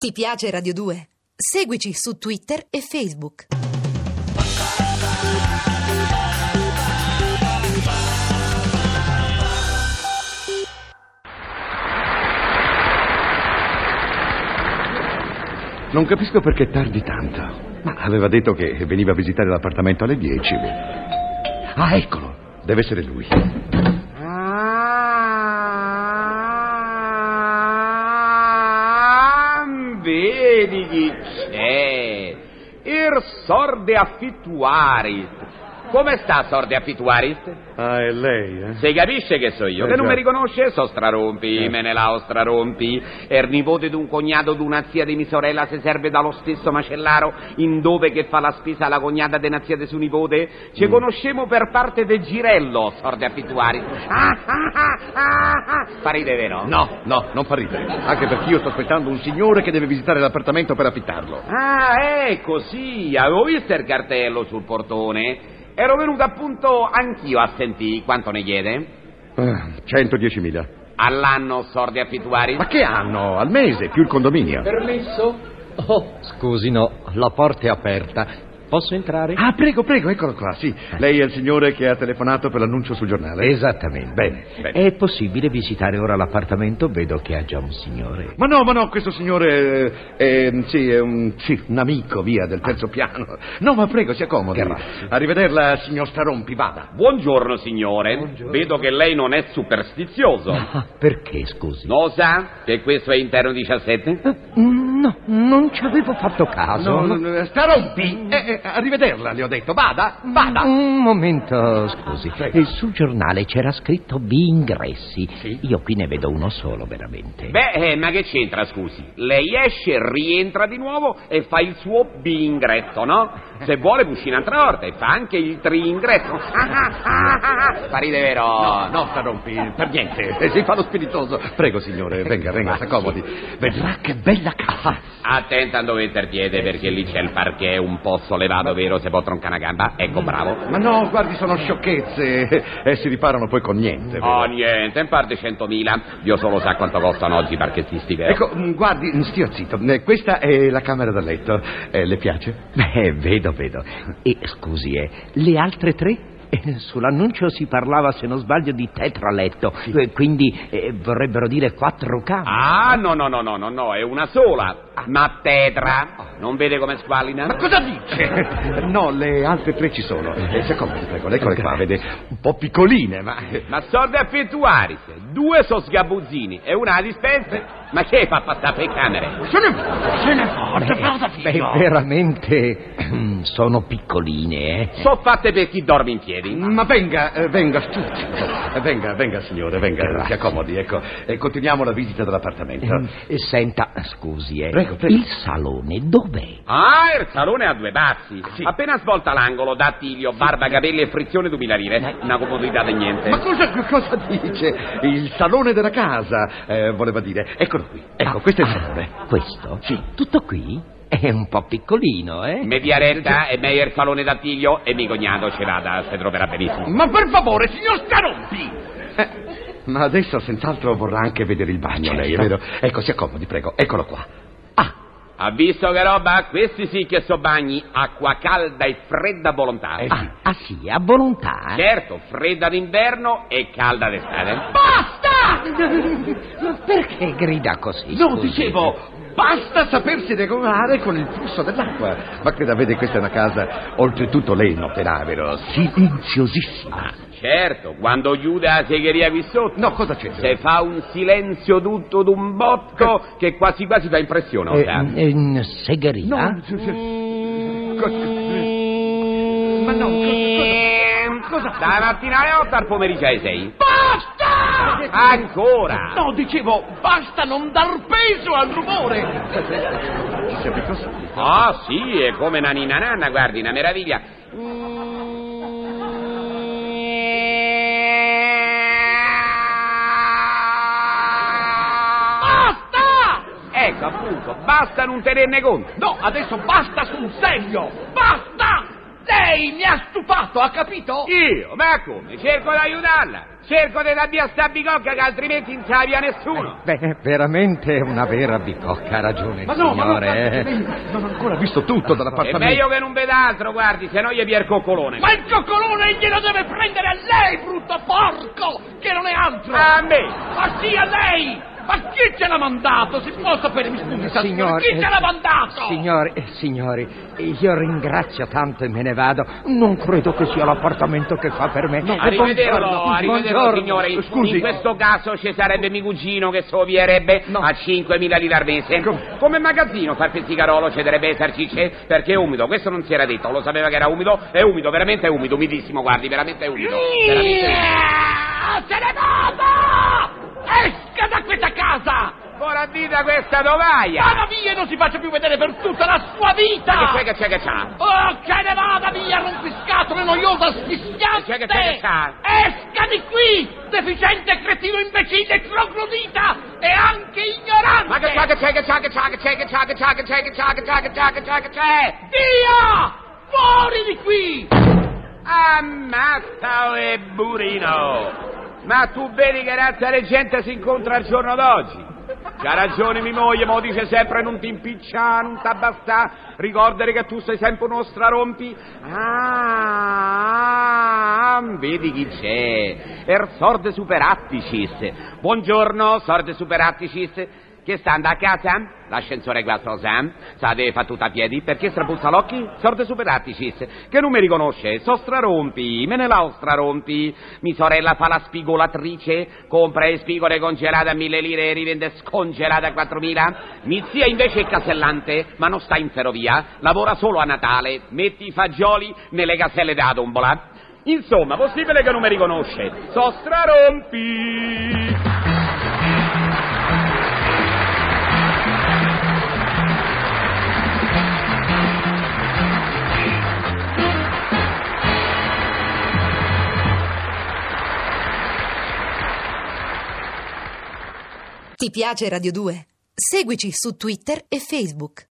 Ti piace Radio 2? Seguici su Twitter e Facebook. Non capisco perché tardi tanto. Ma aveva detto che veniva a visitare l'appartamento alle 10. Ah, eccolo. Deve essere lui. Vedi chi c'è? Il Sorde Affittuarist. Come sta Sorde Affittuarist? Ah, è lei, eh? Si capisce che so io, che non già. mi riconosce? So Strarompi, Menelao Strarompi, il nipote d'un cognato d'una zia di mia sorella, se serve dallo stesso macellaro in dove che fa la spesa la cognata de una zia de suo nipote. Ci conoscemo per parte de Girello, Sorde Affittuarist. Fa ridere, vero? No, non fa ridere. Anche perché io sto aspettando un signore che deve visitare l'appartamento per affittarlo. Ah, ecco, sì, avevo visto il cartello sul portone. Ero venuto appunto anch'io a sentire quanto ne chiede. 110.000. All'anno, Sorde Affittuarist? Ma che anno? Al mese, più il condominio. Permesso? Oh, scusi, no, la porta è aperta. Posso entrare? Ah, prego, eccolo qua, sì. Lei è il signore che ha telefonato per l'annuncio sul giornale? Esattamente. Bene. È possibile visitare ora l'appartamento? Vedo che ha già un signore. Ma no, questo signore è un amico, via, del terzo piano. No, ma prego, si accomodi. Grazie. Arrivederla, signor Strarompi, vada. Buongiorno, signore. Buongiorno. Vedo che lei non è superstizioso. Ah, perché, scusi? Lo sa che questo è interno 17? No, non ci avevo fatto caso. No, Strarompi, arrivederla, le ho detto, vada. Un momento, scusi. Sul giornale c'era scritto B-ingressi. Sì. Io qui ne vedo uno solo, veramente. Beh, ma che c'entra, scusi? Lei esce, rientra di nuovo e fa il suo B-ingresso, no? Se vuole può uscire un'altra volta e fa anche il tri-ingresso. Fa ridere, vero? No, Strarompi, per niente. Si fa lo spiritoso. Prego, signore, venga, si accomodi. Vedrà che bella casa. Attenta a dove interdiede, perché lì c'è il parquet un po' sollevato, vero? Se può troncare una gamba. Ecco, bravo. Ma no, guardi, sono sciocchezze. Si riparano poi con niente. Vero? Oh, niente, in parte 100.000. Dio solo sa quanto costano oggi i parchettisti, vero? Ecco, guardi, stia zitto. Questa è la camera da letto. Le piace? Beh, vedo. E scusi, le altre tre? Sull'annuncio si parlava, se non sbaglio, di tetraletto, quindi vorrebbero dire 4 camere. Ah, no, è una sola. Ma tetra. Non vede come squallina? Ma cosa dice? No, le altre tre ci sono. Si accomodi, prego, eccole qua, vede, un po' piccoline, ma... Ma Sorde Affittuarist, 2 sono sgabuzzini e una a dispensa. Ma che fa passare per camere? Se ne va, Beh, veramente sono piccoline, So fatte per chi dorme in piedi. Ma venga, signore, venga, Grazie. si accomodi, ecco, e continuiamo la visita dell'appartamento. Senta, scusi, Prego. il salone dov'è? Ah, il salone a 2 passi. Sì. Appena svolta l'angolo, da Attilio, barba, capelli e frizione 2.000 lire. Una comodità di niente. Ma cosa dice? Il salone della casa, voleva dire. Eccolo qui, ecco, questo è il salone. Questo? Sì. Tutto qui? È un po' piccolino, Media retta è meglio il salone d'Attilio e mio cognato ce vada, si troverà benissimo. Ma per favore, signor Strarompi! Ma adesso senz'altro vorrà anche vedere il bagno, lei, è vero? Ecco, si accomodi, prego, eccolo qua. Ha visto che roba? Questi sì che so bagni, acqua calda e fredda a volontà. Sì, a volontà? Certo, fredda d'inverno e calda d'estate. Perché grida così? No, scusi? dicevo, basta sapersi regolare con il flusso dell'acqua. Ma creda, vede, questa è una casa, oltretutto lei noterà, vero? Silenziosissima. Certo, quando chiude la segheria qui sotto. No, cosa c'è? Se fa un silenzio tutto d'un botto che quasi fa impressione, lo sa. Segheria? No, ma no, cosa? Da mattina alle 8 al pomeriggio alle 6. Basta! Ancora! No, dicevo, basta non dar peso al rumore! Sempre così. Ah, sì, è come una ninna nanna, guardi, una meraviglia. Ecco, appunto, basta non tenerne conto. No, adesso basta sul serio! Basta! Lei mi ha stufato, ha capito? Io? Ma come? Cerco di aiutarla. Cerco di darmi a sta bicocca che altrimenti non sa via nessuno. Beh, veramente una vera bicocca, ha ragione il Ma no, signore. lei non ha ancora visto tutto È dall'appartamento. meglio che non veda altro, guardi, se no gli via il coccolone. Ma il coccolone glielo deve prendere a lei, brutto porco, che non è altro. A me! Ma sì, a lei! Ma chi ce l'ha mandato? Si può sapere, mi scusi, Signore, chi ce l'ha mandato? Signori, io ringrazio tanto e me ne vado. Non credo che sia l'appartamento che fa per me. Arrivederlo, signore. Scusi. In questo caso ci sarebbe mio cugino che sovierebbe a 5.000 lire al mese. Come magazzino far pizzicarolo ci dovrebbe esserci, perché è umido. Questo non si era detto, lo sapeva che era umido. È umido, veramente è umido, umidissimo, guardi, veramente è umido. Se ne vada! Esca da questa casa! Ora dita questa tovaia! Vada via e non si faccia più vedere per tutta la sua vita! Che c'è? Oh, che ne vada via, rompiscatole, noiosa, sfischiante! Che c'è? Esca di qui, deficiente, cretino, imbecille, troglodita e anche ignorante! Ma che c'è? Via! Fuori di qui! Ammazza e burino! Ma tu vedi che razza di gente si incontra al giorno d'oggi? C'ha ragione mia moglie, ma lo dice sempre non ti impicciare, non t'abbastà, ricordare che tu sei sempre uno strarompi. Vedi chi c'è? Sorde Superatticis. Buongiorno, Sorde Superatticis. Che sta andando a casa? L'ascensore qua sa deve fare tutta a piedi, perché strapuzza l'occhi? Sorde Superatticis. Che non mi riconosce? So strarompi, me ne la strarompi. Mi sorella fa la spigolatrice, compra le spigole congelate a 1.000 lire e rivende scongelate a 4.000. Mi zia invece è casellante, ma non sta in ferrovia, lavora solo a Natale, metti i fagioli nelle caselle della tombola. Insomma, possibile che non mi riconosce? So strarompi! Ti piace Radio 2? Seguici su Twitter e Facebook.